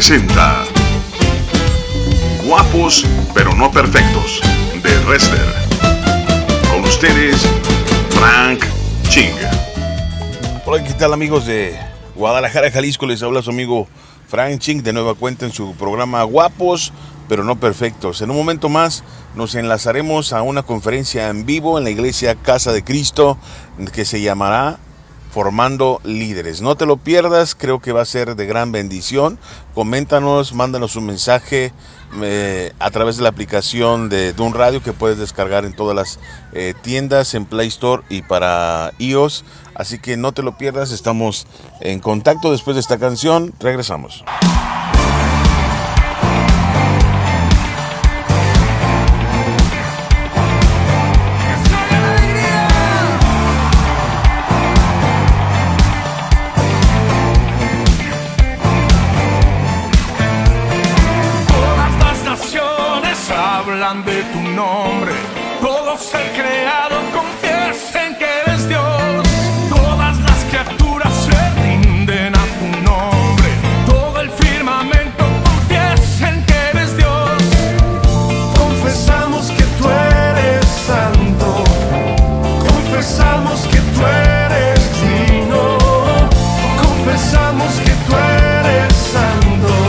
presenta Guapos pero no perfectos, de Wrestler. Con ustedes, Frank Ching. Hola, ¿qué tal, amigos de Guadalajara, Jalisco? Les habla su amigo Frank Ching de nueva cuenta en su programa Guapos pero no perfectos. En un momento más nos enlazaremos a una conferencia en vivo en la iglesia Casa de Cristo que se llamará Formando Líderes. No te lo pierdas, creo que va a ser de gran bendición. Coméntanos, mándanos un mensaje a través de la aplicación de Dun Radio que puedes descargar en todas las tiendas, en Play Store y para iOS. Así que no te lo pierdas, estamos en contacto después de esta canción. Regresamos. De tu nombre, todo ser creado confiesen que eres Dios. Todas las criaturas se rinden a tu nombre. Todo el firmamento confiesen que eres Dios. Confesamos que tú eres santo. Confesamos que tú eres digno. Confesamos que tú eres santo.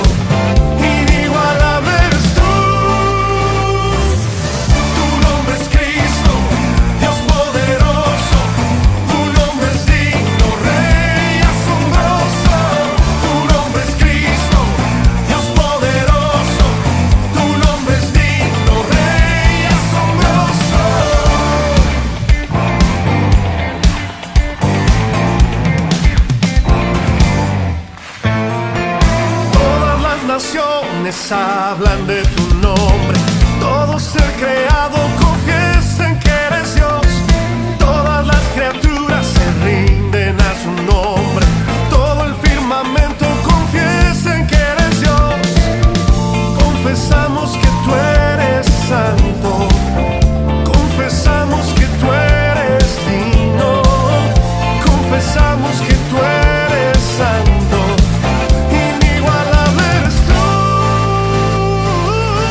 Hablan de tu nombre, todo ser creado confiesen que eres Dios. Todas las criaturas se rinden a su nombre. Todo el firmamento confiesen que eres Dios. Confesamos que tú eres santo. Confesamos que tú eres digno. Confesamos que tú eres santo. Inigualable eres tú.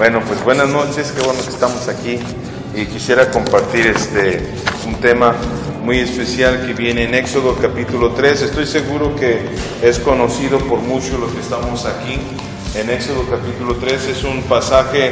Bueno, pues buenas noches, qué bueno que estamos aquí y quisiera compartir un tema muy especial que viene en Éxodo capítulo 3. Estoy seguro que es conocido por muchos los que estamos aquí. En Éxodo capítulo 3 es un pasaje,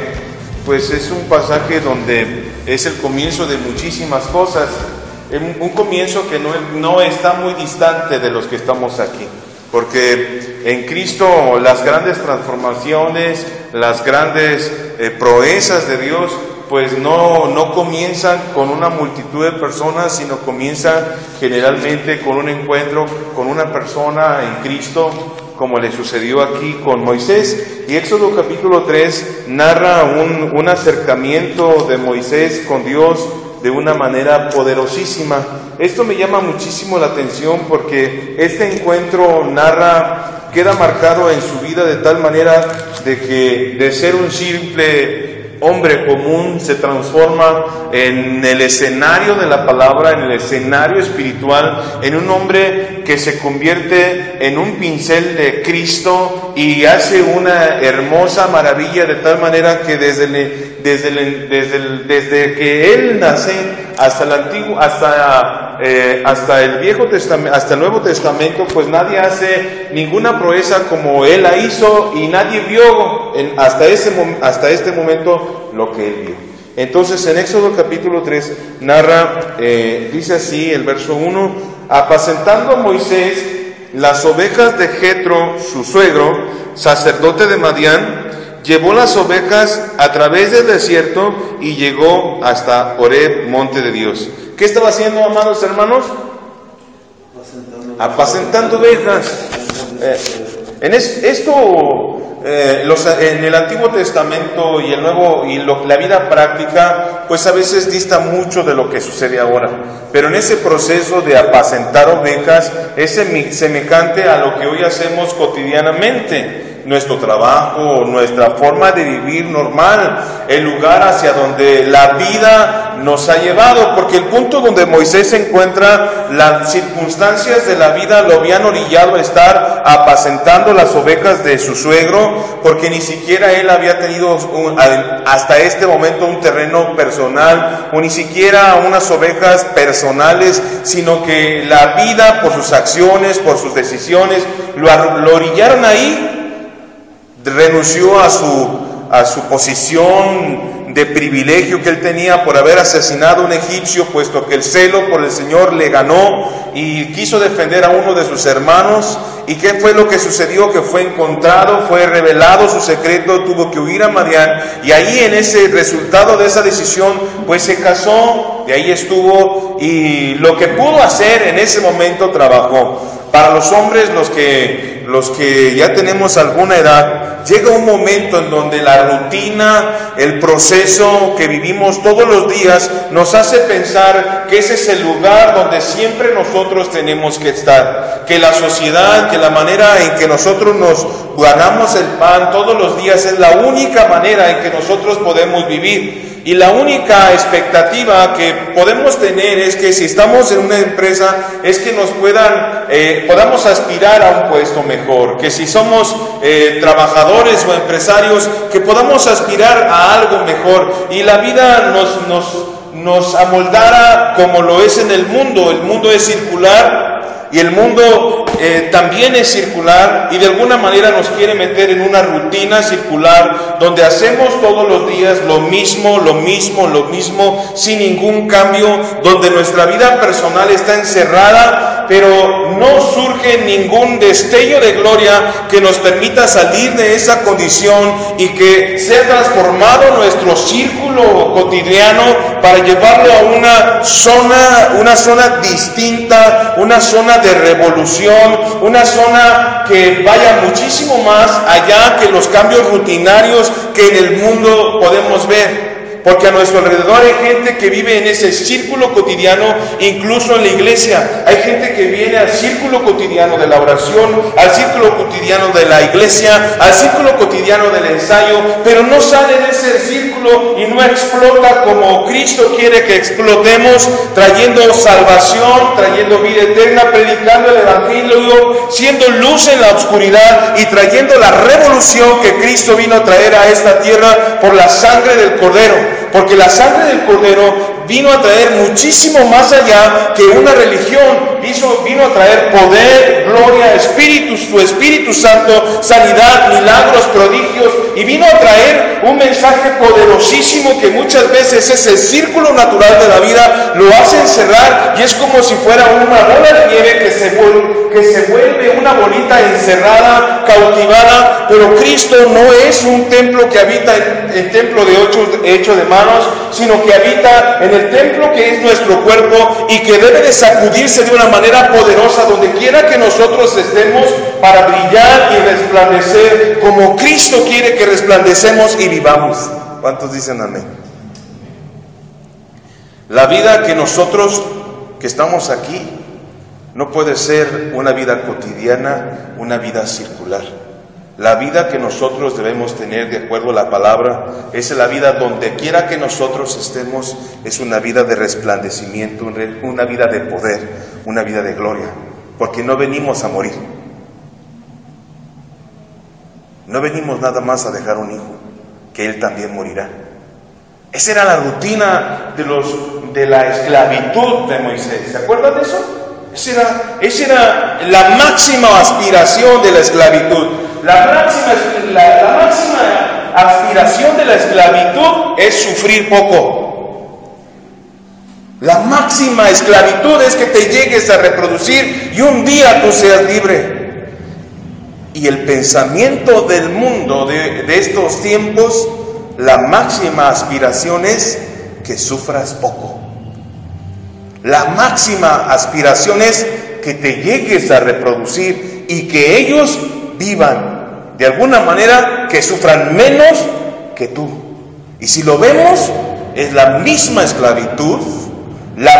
donde es el comienzo de muchísimas cosas. Un comienzo que no está muy distante de los que estamos aquí. Porque en Cristo las grandes transformaciones, las grandes proezas de Dios, pues no comienzan con una multitud de personas, sino comienzan generalmente con un encuentro con una persona en Cristo, como le sucedió aquí con Moisés. Y Éxodo capítulo 3 narra un acercamiento de Moisés con Dios de una manera poderosísima. Esto me llama muchísimo la atención porque este encuentro queda marcado en su vida de tal manera de que de ser un simple hombre común se transforma en el escenario de la palabra, en el escenario espiritual, en un hombre que se convierte en un pincel de Cristo y hace una hermosa maravilla de tal manera que desde que él nace hasta el Viejo Testamento, hasta el Nuevo Testamento, pues nadie hace ninguna proeza como él la hizo y nadie vio hasta este momento lo que él vio. Entonces en Éxodo capítulo 3 narra, dice así el verso 1: apacentando Moisés las ovejas de Jetro, su suegro, sacerdote de Madián, llevó las ovejas a través del desierto y llegó hasta Horeb, monte de Dios. ¿Qué estaba haciendo, amados hermanos? Apacentando ovejas. En el Antiguo Testamento y el Nuevo la vida práctica, pues a veces dista mucho de lo que sucede ahora. Pero en ese proceso de apacentar ovejas es semejante a lo que hoy hacemos cotidianamente. Nuestro trabajo, nuestra forma de vivir normal, el lugar hacia donde la vida nos ha llevado, porque el punto donde Moisés se encuentra, las circunstancias de la vida lo habían orillado a estar apacentando las ovejas de su suegro, porque ni siquiera él había tenido hasta este momento un terreno personal, o ni siquiera unas ovejas personales, sino que la vida, por sus acciones, por sus decisiones, lo orillaron ahí. Renunció a su posición de privilegio que él tenía por haber asesinado a un egipcio, puesto que el celo por el Señor le ganó y quiso defender a uno de sus hermanos. ¿Y qué fue lo que sucedió? Que fue encontrado, fue revelado su secreto, tuvo que huir a Madián, y ahí en ese resultado de esa decisión, pues se casó, de ahí estuvo, y lo que pudo hacer en ese momento trabajó. Para los hombres, los que ya tenemos alguna edad, llega un momento en donde la rutina, el proceso que vivimos todos los días nos hace pensar que ese es el lugar donde siempre nosotros tenemos que estar, que la sociedad, que la manera en que nosotros nos ganamos el pan todos los días es la única manera en que nosotros podemos vivir. Y la única expectativa que podemos tener es que si estamos en una empresa, es que nos podamos aspirar a un puesto mejor, que si somos trabajadores o empresarios, que podamos aspirar a algo mejor, y la vida nos amoldara como lo es en el mundo. El mundo es circular, y el mundo también es circular, y de alguna manera nos quiere meter en una rutina circular donde hacemos todos los días lo mismo, sin ningún cambio, donde nuestra vida personal está encerrada, pero no surge ningún destello de gloria que nos permita salir de esa condición y que sea transformado nuestro círculo cotidiano para llevarlo a una zona distinta, una zona de revolución, una zona que vaya muchísimo más allá que los cambios rutinarios que en el mundo podemos ver. Porque a nuestro alrededor hay gente que vive en ese círculo cotidiano, incluso en la iglesia. Hay gente que viene al círculo cotidiano de la oración, al círculo cotidiano de la iglesia, al círculo cotidiano del ensayo, pero no sale de ese círculo círculo y no explota como Cristo quiere que explotemos, trayendo salvación, trayendo vida eterna, predicando el Evangelio, siendo luz en la oscuridad y trayendo la revolución que Cristo vino a traer a esta tierra por la sangre del Cordero. Porque la sangre del Cordero vino a traer muchísimo más allá que una religión. Vino a traer poder, gloria, su Espíritu Santo, sanidad, milagros, prodigios. Y vino a traer un mensaje poderosísimo que muchas veces es el círculo natural de la vida, lo hace encerrar y es como si fuera una bola de nieve que se vuelve una bolita encerrada, cautivada. Pero Cristo no es un templo que habita en templo hecho de manos, sino que habita en el templo que es nuestro cuerpo y que debe de sacudirse de una manera poderosa donde quiera que nosotros estemos para brillar y resplandecer como Cristo quiere que resplandecemos y vivamos. ¿Cuántos dicen amén? La vida que nosotros que estamos aquí no puede ser una vida cotidiana, una vida circular. La vida que nosotros debemos tener de acuerdo a la palabra es la vida donde quiera que nosotros estemos, es una vida de resplandecimiento, una vida de poder, una vida de gloria, porque no venimos a morir. No venimos nada más a dejar un hijo, que él también morirá. Esa era la rutina de la esclavitud de Moisés. ¿Se acuerdan de eso? Esa era la máxima aspiración de la esclavitud. La máxima aspiración de la esclavitud es sufrir poco. La máxima esclavitud es que te llegues a reproducir y un día tú seas libre. Y el pensamiento del mundo de estos tiempos, la máxima aspiración es que sufras poco. La máxima aspiración es que te llegues a reproducir y que ellos vivan de alguna manera, que sufran menos que tú. Y si lo vemos, es la misma esclavitud, la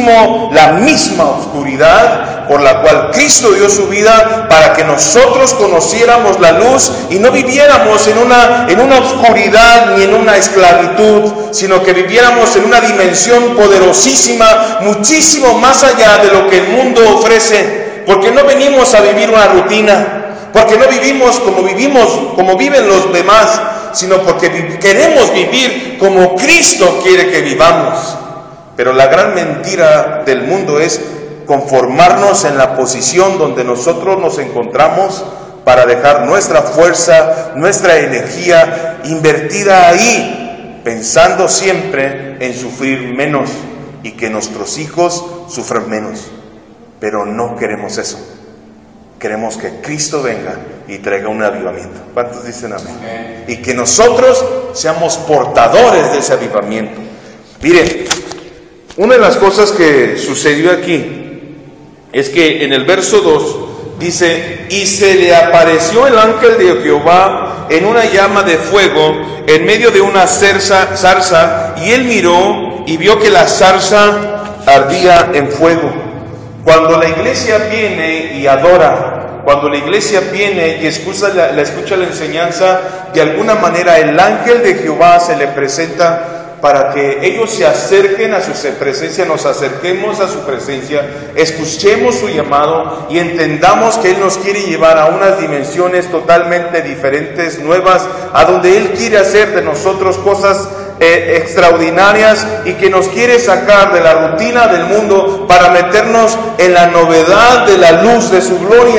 misma oscuridad por la cual Cristo dio su vida para que nosotros conociéramos la luz y no viviéramos en una oscuridad ni en una esclavitud, sino que viviéramos en una dimensión poderosísima, muchísimo más allá de lo que el mundo ofrece, porque no venimos a vivir una rutina, porque no vivimos como viven los demás, sino porque queremos vivir como Cristo quiere que vivamos. Pero la gran mentira del mundo es conformarnos en la posición donde nosotros nos encontramos para dejar nuestra fuerza, nuestra energía invertida ahí, pensando siempre en sufrir menos y que nuestros hijos sufran menos. Pero no queremos eso. Queremos que Cristo venga y traiga un avivamiento. ¿Cuántos dicen amén? Y que nosotros seamos portadores de ese avivamiento. Mire, una de las cosas que sucedió aquí es que en el verso 2 dice: y se le apareció el ángel de Jehová en una llama de fuego en medio de una zarza, y él miró y vio que la zarza ardía en fuego. Cuando la iglesia viene y adora, cuando la iglesia viene y escucha la enseñanza, de alguna manera el ángel de Jehová se le presenta para que ellos se acerquen a su presencia, nos acerquemos a su presencia, escuchemos su llamado y entendamos que Él nos quiere llevar a unas dimensiones totalmente diferentes, nuevas, a donde Él quiere hacer de nosotros cosas extraordinarias y que nos quiere sacar de la rutina del mundo para meternos en la novedad de la luz de su gloria.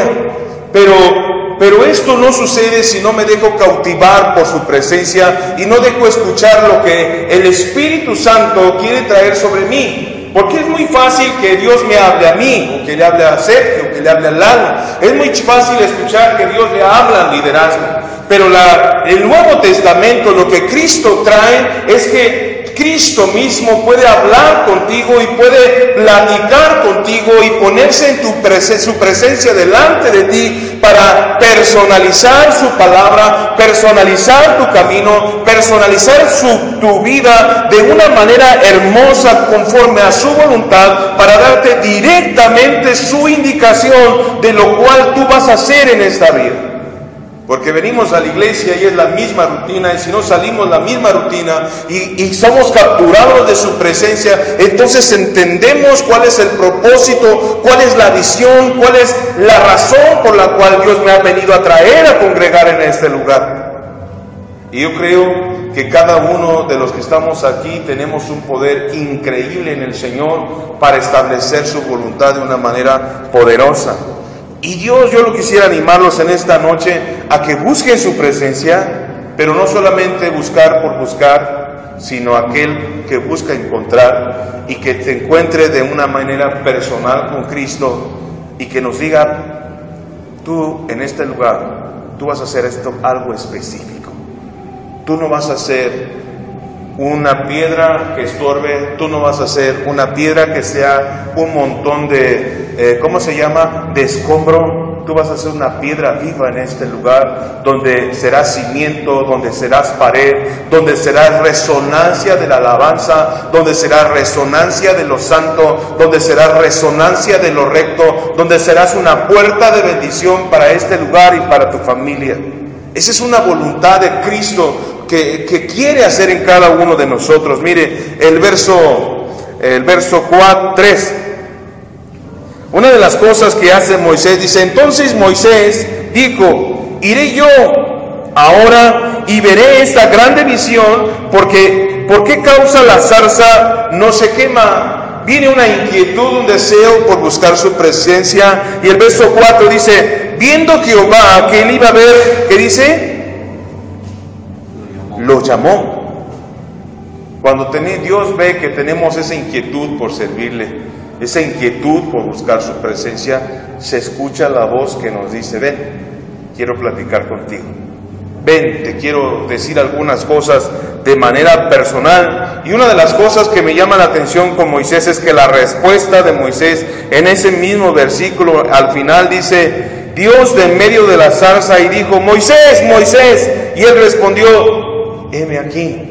Pero esto no sucede si no me dejo cautivar por su presencia y no dejo escuchar lo que el Espíritu Santo quiere traer sobre mí. Porque es muy fácil que Dios me hable a mí, o que le hable a Sergio, o que le hable a Lalo. Es muy fácil escuchar que Dios le habla al liderazgo. Pero el Nuevo Testamento, lo que Cristo trae es que Cristo mismo puede hablar contigo y puede platicar contigo y ponerse en su presencia delante de ti para personalizar su palabra, personalizar tu camino, personalizar tu vida de una manera hermosa conforme a su voluntad, para darte directamente su indicación de lo cual tú vas a hacer en esta vida. Porque venimos a la iglesia y es la misma rutina, y si no salimos la misma rutina y somos capturados de su presencia, entonces entendemos cuál es el propósito, cuál es la visión, cuál es la razón por la cual Dios me ha venido a traer a congregar en este lugar. Y yo creo que cada uno de los que estamos aquí tenemos un poder increíble en el Señor para establecer su voluntad de una manera poderosa. Y Dios, yo lo quisiera animarlos en esta noche a que busquen su presencia, pero no solamente buscar por buscar, sino aquel que busca encontrar y que te encuentre de una manera personal con Cristo y que nos diga: tú en este lugar, tú vas a hacer esto, algo específico. Tú no vas a ser una piedra que estorbe, tú no vas a ser una piedra que sea un montón de, ¿cómo se llama?, de escombro. Tú vas a ser una piedra viva en este lugar, donde serás cimiento, donde serás pared, donde serás resonancia de la alabanza, donde serás resonancia de lo santo, donde serás resonancia de lo recto, donde serás una puerta de bendición para este lugar y para tu familia. Esa es una voluntad de Cristo que quiere hacer en cada uno de nosotros. Mire, el verso 3. Una de las cosas que hace Moisés, dice: entonces Moisés dijo: iré yo ahora y veré esta grande visión, porque ¿por qué causa la zarza no se quema? Viene una inquietud, un deseo por buscar su presencia. Y el verso 4 dice: viendo Jehová que él iba a ver, ¿qué dice? Lo llamó. Cuando Dios ve que tenemos esa inquietud por servirle, esa inquietud por buscar su presencia, se escucha la voz que nos dice: ven, quiero platicar contigo. Ven, te quiero decir algunas cosas de manera personal. Y una de las cosas que me llama la atención con Moisés es que la respuesta de Moisés en ese mismo versículo al final dice: Dios de en medio de la zarza y dijo: Moisés, Moisés. Y él respondió: heme aquí.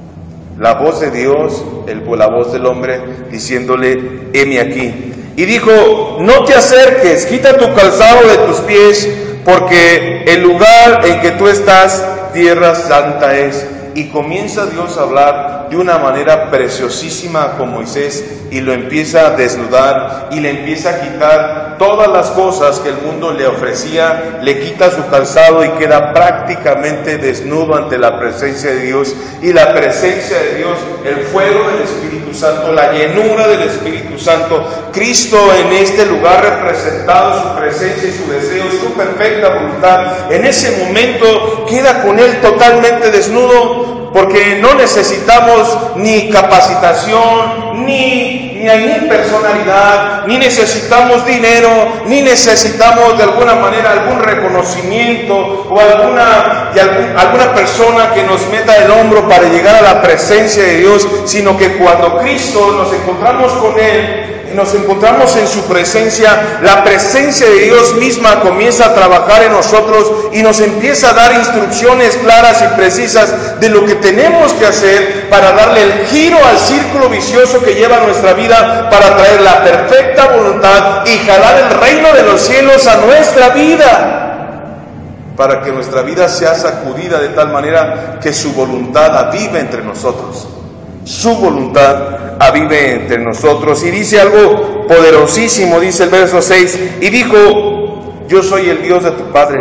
La voz de Dios, la voz del hombre diciéndole: heme aquí. Y dijo: no te acerques, quita tu calzado de tus pies, porque el lugar en que tú estás, tierra santa es. Y comienza Dios a hablar de una manera preciosísima con Moisés, y lo empieza a desnudar y le empieza a quitar todas las cosas que el mundo le ofrecía, le quita su calzado y queda prácticamente desnudo ante la presencia de Dios. Y la presencia de Dios, el fuego del Espíritu Santo, la llenura del Espíritu Santo, Cristo en este lugar representado, su presencia y su deseo, su perfecta voluntad, en ese momento queda con él totalmente desnudo. Porque no necesitamos ni capacitación, ni personalidad, ni necesitamos dinero, ni necesitamos de alguna manera algún reconocimiento o alguna persona que nos meta el hombro para llegar a la presencia de Dios, sino que cuando Cristo nos encontramos con Él, nos encontramos en su presencia, la presencia de Dios misma comienza a trabajar en nosotros y nos empieza a dar instrucciones claras y precisas de lo que tenemos que hacer para darle el giro al círculo vicioso que lleva nuestra vida, para traer la perfecta voluntad y jalar el reino de los cielos a nuestra vida, para que nuestra vida sea sacudida de tal manera que su voluntad avive entre nosotros. Su voluntad avive entre nosotros. Y dice algo poderosísimo, dice el verso 6, y dijo: yo soy el Dios de tu padre,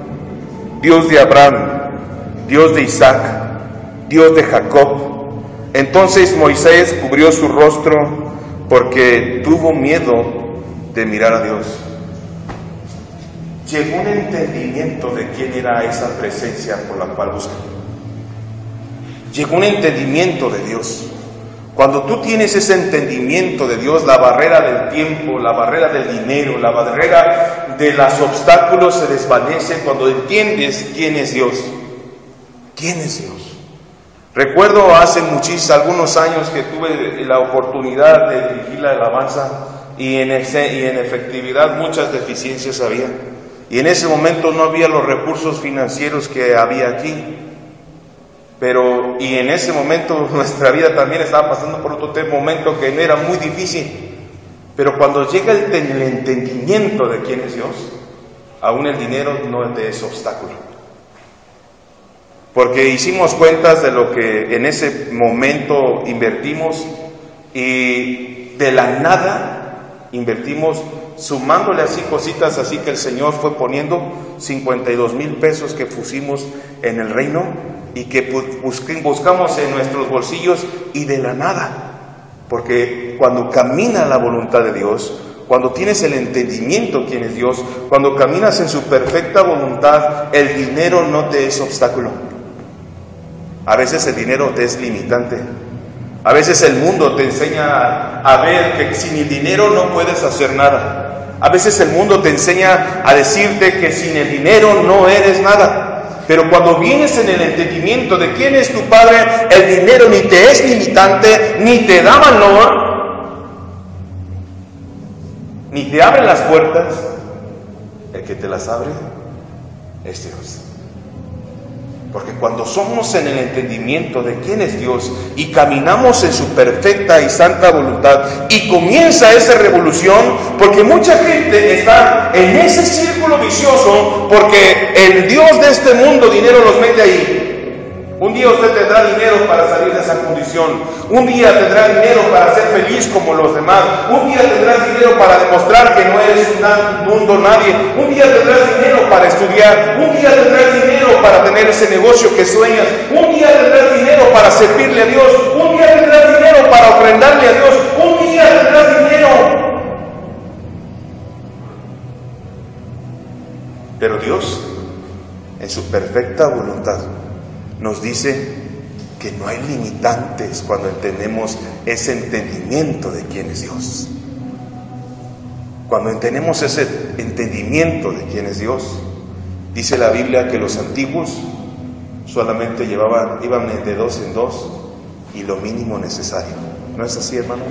Dios de Abraham, Dios de Isaac, Dios de Jacob. Entonces Moisés cubrió su rostro porque tuvo miedo de mirar a Dios. Llegó un entendimiento de quién era esa presencia por la cual buscaba. Llegó un entendimiento de Dios. Cuando tú tienes ese entendimiento de Dios, la barrera del tiempo, la barrera del dinero, la barrera de los obstáculos se desvanece cuando entiendes quién es Dios. ¿Quién es Dios? Recuerdo hace algunos años que tuve la oportunidad de dirigir la alabanza y en efectividad muchas deficiencias había. Y en ese momento no había los recursos financieros que había aquí. Y en ese momento nuestra vida también estaba pasando por otro momento que era muy difícil. Pero cuando llega el entendimiento de quién es Dios, aún el dinero no es obstáculo. porque hicimos cuentas de lo que en ese momento invertimos y de la nada invertimos, sumándole así cositas así que el Señor fue poniendo 52,000 pesos que pusimos en el reino y que buscamos en nuestros bolsillos, y de la nada, porque cuando camina la voluntad de Dios, cuando tienes el entendimiento quién es Dios, cuando caminas en su perfecta voluntad, el dinero no te es obstáculo. A veces el dinero te es limitante. A veces el mundo te enseña a ver que sin el dinero no puedes hacer nada. A veces el mundo te enseña a decirte que sin el dinero no eres nada. Pero cuando vienes en el entendimiento de quién es tu Padre, el dinero ni te es limitante, ni te da valor, ni te abre las puertas. El que te las abre es Dios. Porque cuando somos en el entendimiento de quién es Dios y caminamos en su perfecta y santa voluntad, y comienza esa revolución, porque mucha gente está en ese círculo vicioso, porque el Dios de este mundo dinero los mete ahí. Un día usted tendrá dinero para salir de esa condición. Un día tendrá dinero para ser feliz como los demás. Un día tendrás dinero para demostrar que no eres un mundo nadie. Un día tendrás dinero para estudiar. Un día tendrás dinero para tener ese negocio que sueñas. Un día tendrás dinero para servirle a Dios. Un día tendrás dinero para ofrendarle a Dios. Un día tendrás dinero. Pero Dios, en su perfecta voluntad, nos dice que no hay limitantes cuando entendemos ese entendimiento de quién es Dios. Cuando entendemos ese entendimiento de quién es Dios, dice la Biblia que los antiguos solamente iban de 2 en 2 y lo mínimo necesario. ¿No es así, hermano?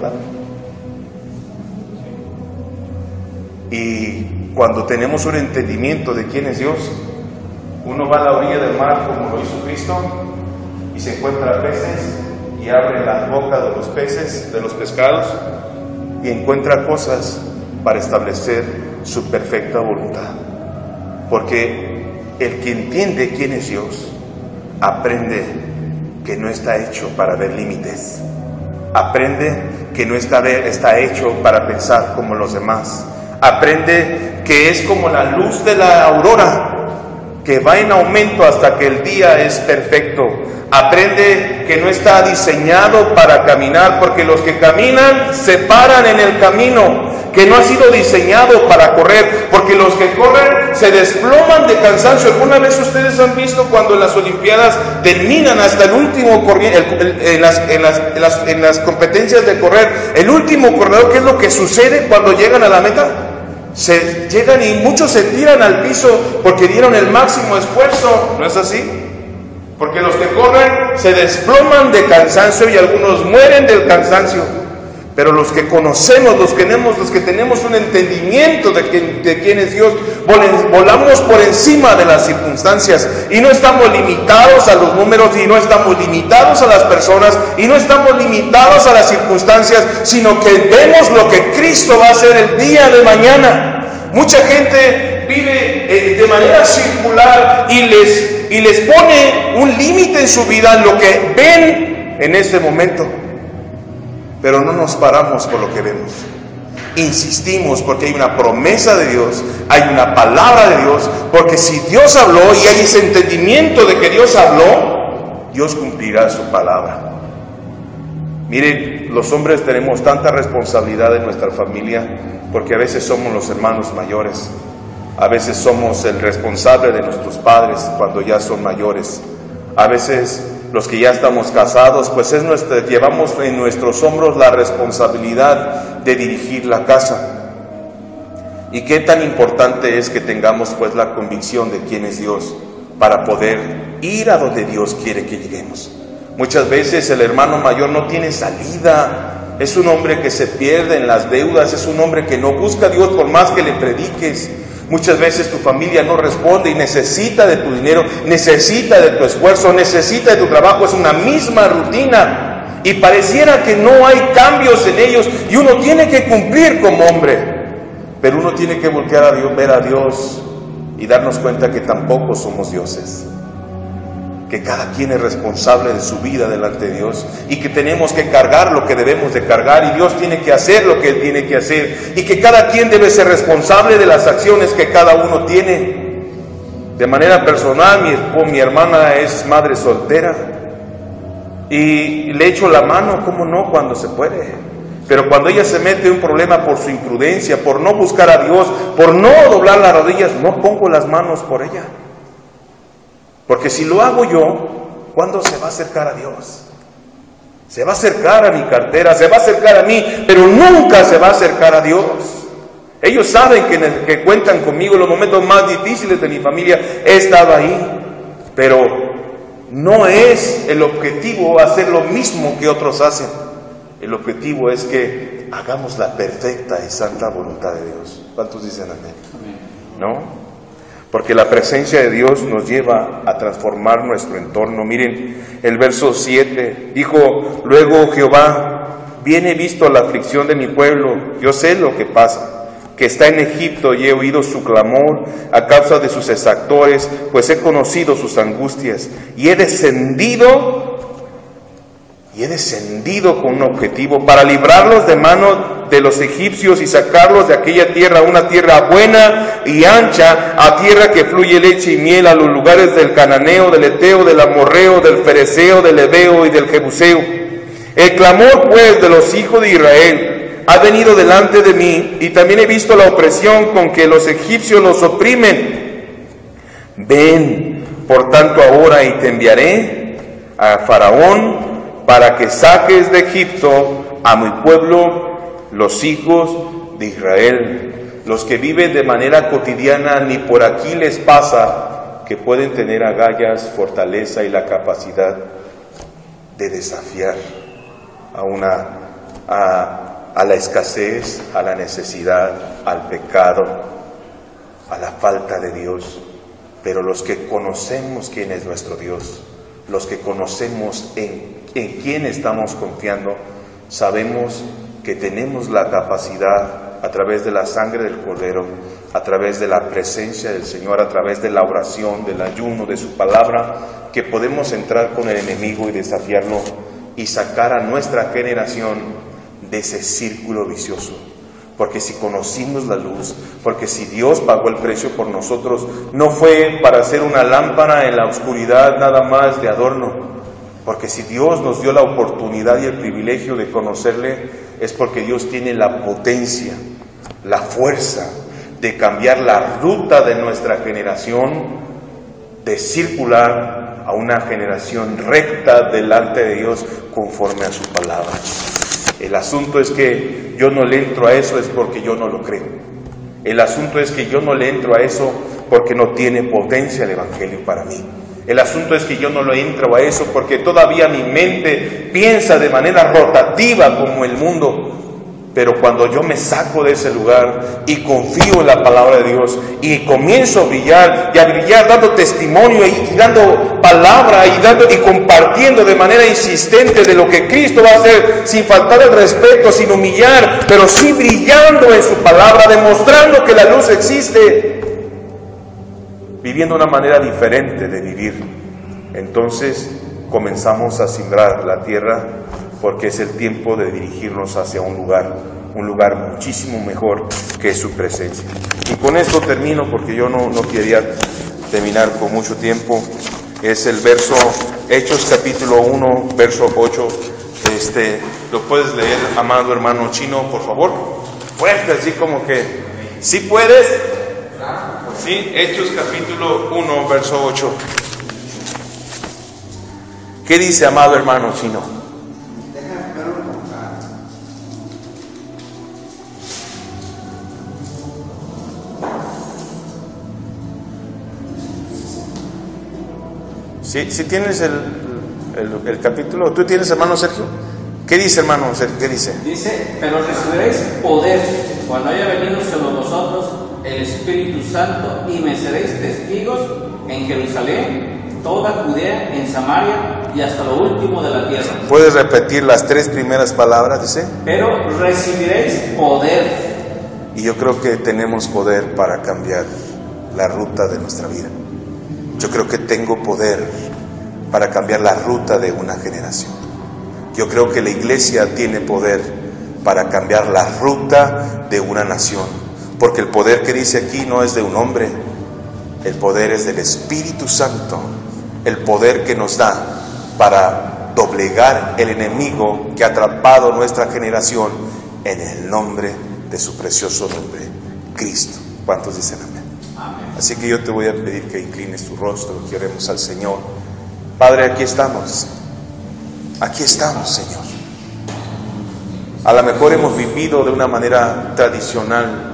Y cuando tenemos un entendimiento de quién es Dios, uno va a la orilla del mar como lo hizo Cristo y se encuentra peces y abre la boca de los peces, de los pescados, y encuentra cosas para establecer su perfecta voluntad. Porque el que entiende quién es Dios aprende que no está hecho para ver límites. Aprende que no está hecho para pensar como los demás. Aprende que es como la luz de la aurora, que va en aumento hasta que el día es perfecto. Aprende que no está diseñado para caminar, porque los que caminan se paran en el camino, que no ha sido diseñado para correr, porque los que corren se desploman de cansancio. ¿Alguna vez ustedes han visto cuando en las Olimpiadas terminan hasta el último en las competencias de correr, el último corredor, qué es lo que sucede cuando llegan a la meta? Se llegan y muchos se tiran al piso porque dieron el máximo esfuerzo, ¿no es así? Porque los que corren se desploman de cansancio y algunos mueren del cansancio. Pero los que conocemos, los que tenemos un entendimiento de quién es Dios, volamos por encima de las circunstancias y no estamos limitados a los números, y no estamos limitados a las personas, y no estamos limitados a las circunstancias, sino que vemos lo que Cristo va a hacer el día de mañana. Mucha gente vive de manera circular y les pone un límite en su vida, lo que ven en ese momento. Pero no nos paramos por lo que vemos. Insistimos porque hay una promesa de Dios, hay una palabra de Dios, porque si Dios habló y hay ese entendimiento de que Dios habló, Dios cumplirá su palabra. Miren, los hombres tenemos tanta responsabilidad en nuestra familia, porque a veces somos los hermanos mayores, a veces somos el responsable de nuestros padres cuando ya son mayores, a veces los que ya estamos casados, pues llevamos en nuestros hombros la responsabilidad de dirigir la casa. Y qué tan importante es que tengamos pues la convicción de quién es Dios para poder ir a donde Dios quiere que lleguemos. Muchas veces el hermano mayor no tiene salida, es un hombre que se pierde en las deudas, es un hombre que no busca a Dios por más que le prediques. Muchas veces tu familia no responde y necesita de tu dinero, necesita de tu esfuerzo, necesita de tu trabajo. Es una misma rutina y pareciera que no hay cambios en ellos y uno tiene que cumplir como hombre. Pero uno tiene que voltear a Dios, ver a Dios y darnos cuenta que tampoco somos dioses. que cada quien es responsable de su vida delante de Dios y que tenemos que cargar lo que debemos de cargar y Dios tiene que hacer lo que Él tiene que hacer y que cada quien debe ser responsable de las acciones que cada uno tiene. De manera personal, mi hermana es madre soltera y le echo la mano, ¿cómo no?, cuando se puede. Pero cuando ella se mete en un problema por su imprudencia, por no buscar a Dios, por no doblar las rodillas, no pongo las manos por ella. Porque si lo hago yo, ¿cuándo se va a acercar a Dios? Se va a acercar a mi cartera, se va a acercar a mí, pero nunca se va a acercar a Dios. Ellos saben que cuentan conmigo en los momentos más difíciles de mi familia. He estado ahí, pero no es el objetivo hacer lo mismo que otros hacen. El objetivo es que hagamos la perfecta y santa voluntad de Dios. ¿Cuántos dicen amén? ¿No? Porque la presencia de Dios nos lleva a transformar nuestro entorno. Miren, el verso 7, dijo luego Jehová, bien he visto la aflicción de mi pueblo, yo sé lo que pasa, que está en Egipto y he oído su clamor a causa de sus exactores, pues he conocido sus angustias y he descendido con un objetivo para librarlos de mano de los egipcios y sacarlos de aquella tierra, una tierra buena y ancha, a tierra que fluye leche y miel, a los lugares del cananeo, del eteo, del amorreo, del fereceo, del heveo y del jebuseo. El clamor pues de los hijos de Israel ha venido delante de mí y también he visto la opresión con que los egipcios los oprimen. Ven, por tanto, ahora y te enviaré a Faraón para que saques de Egipto a mi pueblo, los hijos de Israel. Los que viven de manera cotidiana, ni por aquí les pasa que pueden tener agallas, fortaleza y la capacidad de desafiar a la escasez, a la necesidad, al pecado, a la falta de Dios. Pero los que conocemos quién es nuestro Dios, los que conocemos en quién estamos confiando, sabemos que tenemos la capacidad a través de la sangre del Cordero, a través de la presencia del Señor, a través de la oración, del ayuno, de su palabra, que podemos entrar con el enemigo y desafiarlo y sacar a nuestra generación de ese círculo vicioso. Porque si conocimos la luz, porque si Dios pagó el precio por nosotros, no fue para hacer una lámpara en la oscuridad nada más de adorno. Porque si Dios nos dio la oportunidad y el privilegio de conocerle, es porque Dios tiene la potencia, la fuerza de cambiar la ruta de nuestra generación, de circular a una generación recta delante de Dios conforme a su palabra. El asunto es que yo no le entro a eso es porque yo no lo creo. El asunto es que yo no le entro a eso porque no tiene potencia el Evangelio para mí. El asunto es que yo no le entro a eso porque todavía mi mente piensa de manera rotativa como el mundo. Pero cuando yo me saco de ese lugar y confío en la palabra de Dios y comienzo a brillar dando testimonio y dando palabra y compartiendo de manera insistente de lo que Cristo va a hacer, sin faltar el respeto, sin humillar, pero sí brillando en su palabra, demostrando que la luz existe, viviendo una manera diferente de vivir, entonces comenzamos a sembrar la tierra, porque es el tiempo de dirigirnos hacia un lugar muchísimo mejor que su presencia. Y con esto termino, porque yo no quería terminar con mucho tiempo. Es el verso, Hechos capítulo 1, verso 8. ¿Lo puedes leer, amado hermano Chino, por favor? Fuerte, así como que, ¿sí puedes? Sí, Hechos capítulo 1, verso 8. ¿Qué dice, amado hermano Chino? Si tienes el capítulo, ¿tú tienes, hermano Sergio? ¿Qué dice, hermano Sergio? ¿Qué dice? Dice, pero recibiréis poder cuando haya venido sobre vosotros el Espíritu Santo y me seréis testigos en Jerusalén, toda Judea, en Samaria y hasta lo último de la tierra. ¿Puedes repetir las tres primeras palabras? Dice, pero recibiréis poder. Y yo creo que tenemos poder para cambiar la ruta de nuestra vida. Yo creo que tengo poder para cambiar la ruta de una generación. Yo creo que la iglesia tiene poder para cambiar la ruta de una nación, porque el poder que dice aquí no es de un hombre, el poder es del Espíritu Santo, el poder que nos da para doblegar el enemigo que ha atrapado nuestra generación en el nombre de su precioso nombre, Cristo. ¿Cuántos dicen amén? Amén. Así que yo te voy a pedir que inclines tu rostro, que oremos al Señor. Padre, aquí estamos, Señor. A lo mejor hemos vivido de una manera tradicional,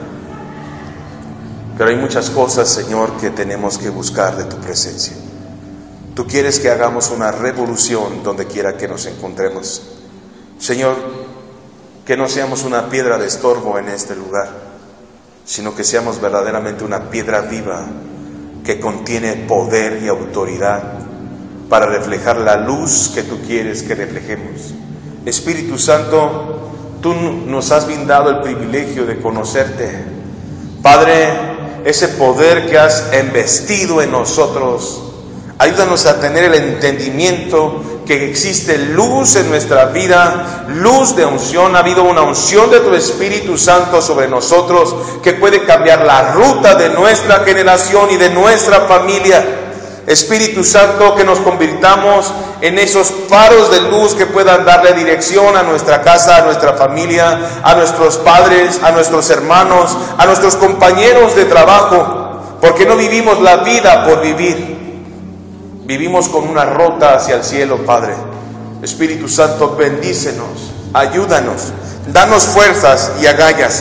pero hay muchas cosas, Señor, que tenemos que buscar de tu presencia. Tú quieres que hagamos una revolución donde quiera que nos encontremos. Señor, que no seamos una piedra de estorbo en este lugar, sino que seamos verdaderamente una piedra viva que contiene poder y autoridad para reflejar la luz que tú quieres que reflejemos. Espíritu Santo, tú nos has brindado el privilegio de conocerte. Padre, ese poder que has embestido en nosotros, ayúdanos a tener el entendimiento que existe luz en nuestra vida, luz de unción. Ha habido una unción de tu Espíritu Santo sobre nosotros que puede cambiar la ruta de nuestra generación y de nuestra familia. Espíritu Santo, que nos convirtamos en esos faros de luz que puedan darle dirección a nuestra casa, a nuestra familia, a nuestros padres, a nuestros hermanos, a nuestros compañeros de trabajo, porque no vivimos la vida por vivir. Vivimos con una ruta hacia el cielo, Padre. Espíritu Santo, bendícenos, ayúdanos, danos fuerzas y agallas.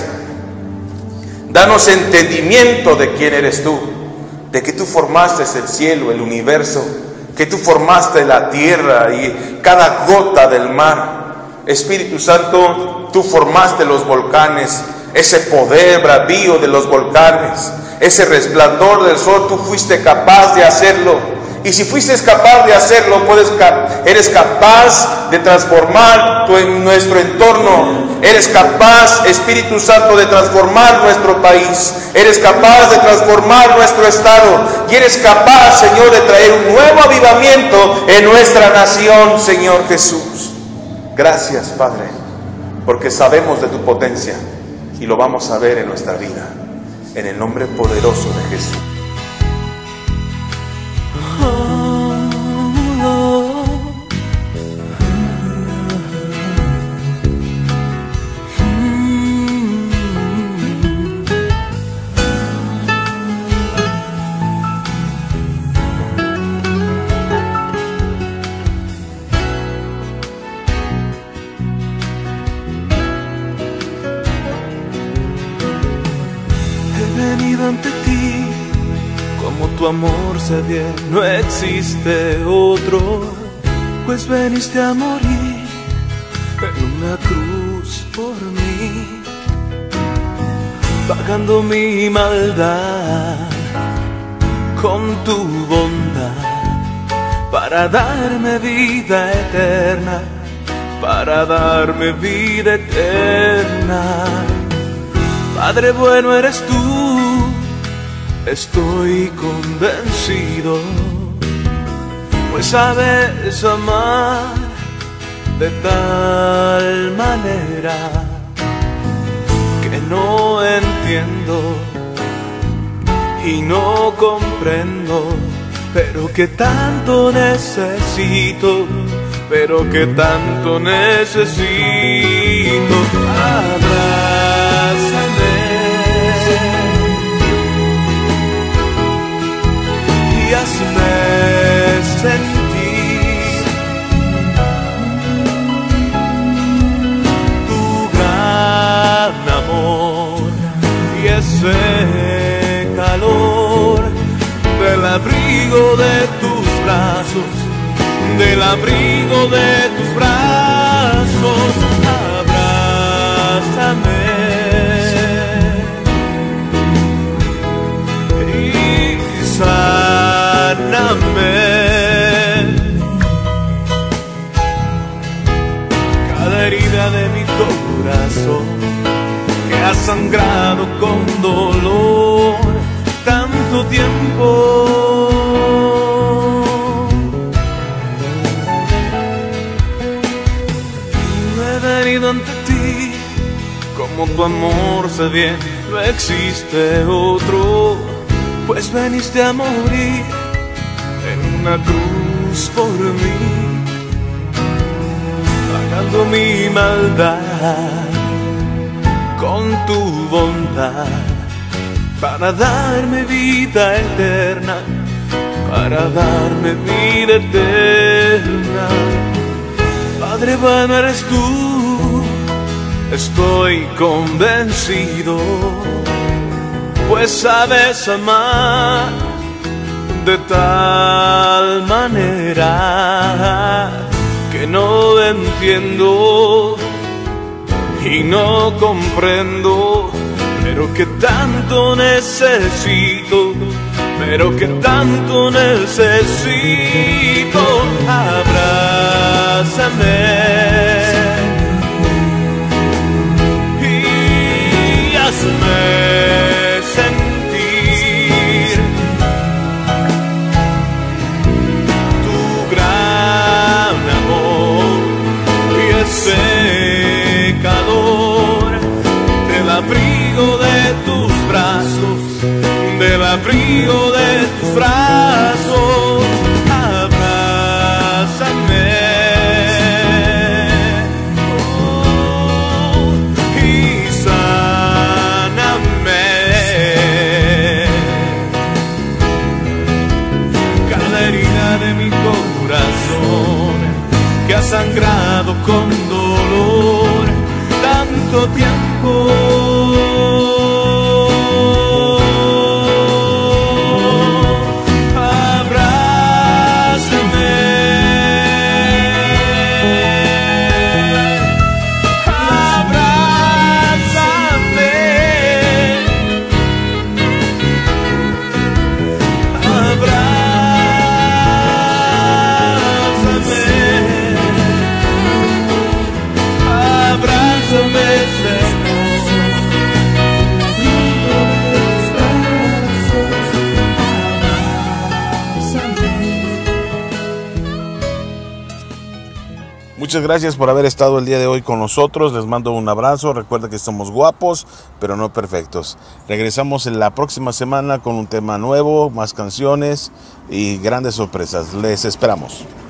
Danos entendimiento de quién eres tú, de que tú formaste el cielo, el universo, que tú formaste la tierra y cada gota del mar. Espíritu Santo, tú formaste los volcanes, ese poder bravío de los volcanes, ese resplandor del sol, tú fuiste capaz de hacerlo. Y si fuiste capaz de hacerlo, eres capaz de transformar nuestro entorno. Eres capaz, Espíritu Santo, de transformar nuestro país. Eres capaz de transformar nuestro estado. Y eres capaz, Señor, de traer un nuevo avivamiento en nuestra nación, Señor Jesús. Gracias, Padre, porque sabemos de tu potencia y lo vamos a ver en nuestra vida. En el nombre poderoso de Jesús. He venido ante ti como tu amor se viene, no existe otro, pues veniste a morir en una cruz por mí, pagando mi maldad con tu bondad, para darme vida eterna, para darme vida eterna. Padre bueno eres tú, estoy convencido, pues sabes amar de tal manera que no entiendo y no comprendo, pero que tanto necesito, pero que tanto necesito. Abrázame y hazme sentir tu gran amor y ese calor del abrigo de tus brazos, del abrigo de tus brazos. Abrázame y sáname. Cada herida de mi corazón que ha sangrado con dolor tanto tiempo, como tu amor sé bien, no existe otro, pues veniste a morir en una cruz por mí, pagando mi maldad con tu bondad, para darme vida eterna, para darme vida eterna. Padre bueno eres tú, estoy convencido, pues sabes amar de tal manera que no entiendo y no comprendo, pero que tanto necesito, pero que tanto necesito. Abrázame y hazme sentir tu gran amor y ese calor del abrigo de tus brazos, del abrigo de tus brazos. Abrázame y sáname. Cada herida de mi corazón que ha sangrado con dolor tanto tiempo. Muchas gracias por haber estado el día de hoy con nosotros. Les mando un abrazo. Recuerda que somos guapos, pero no perfectos. Regresamos en la próxima semana con un tema nuevo, más canciones y grandes sorpresas. Les esperamos.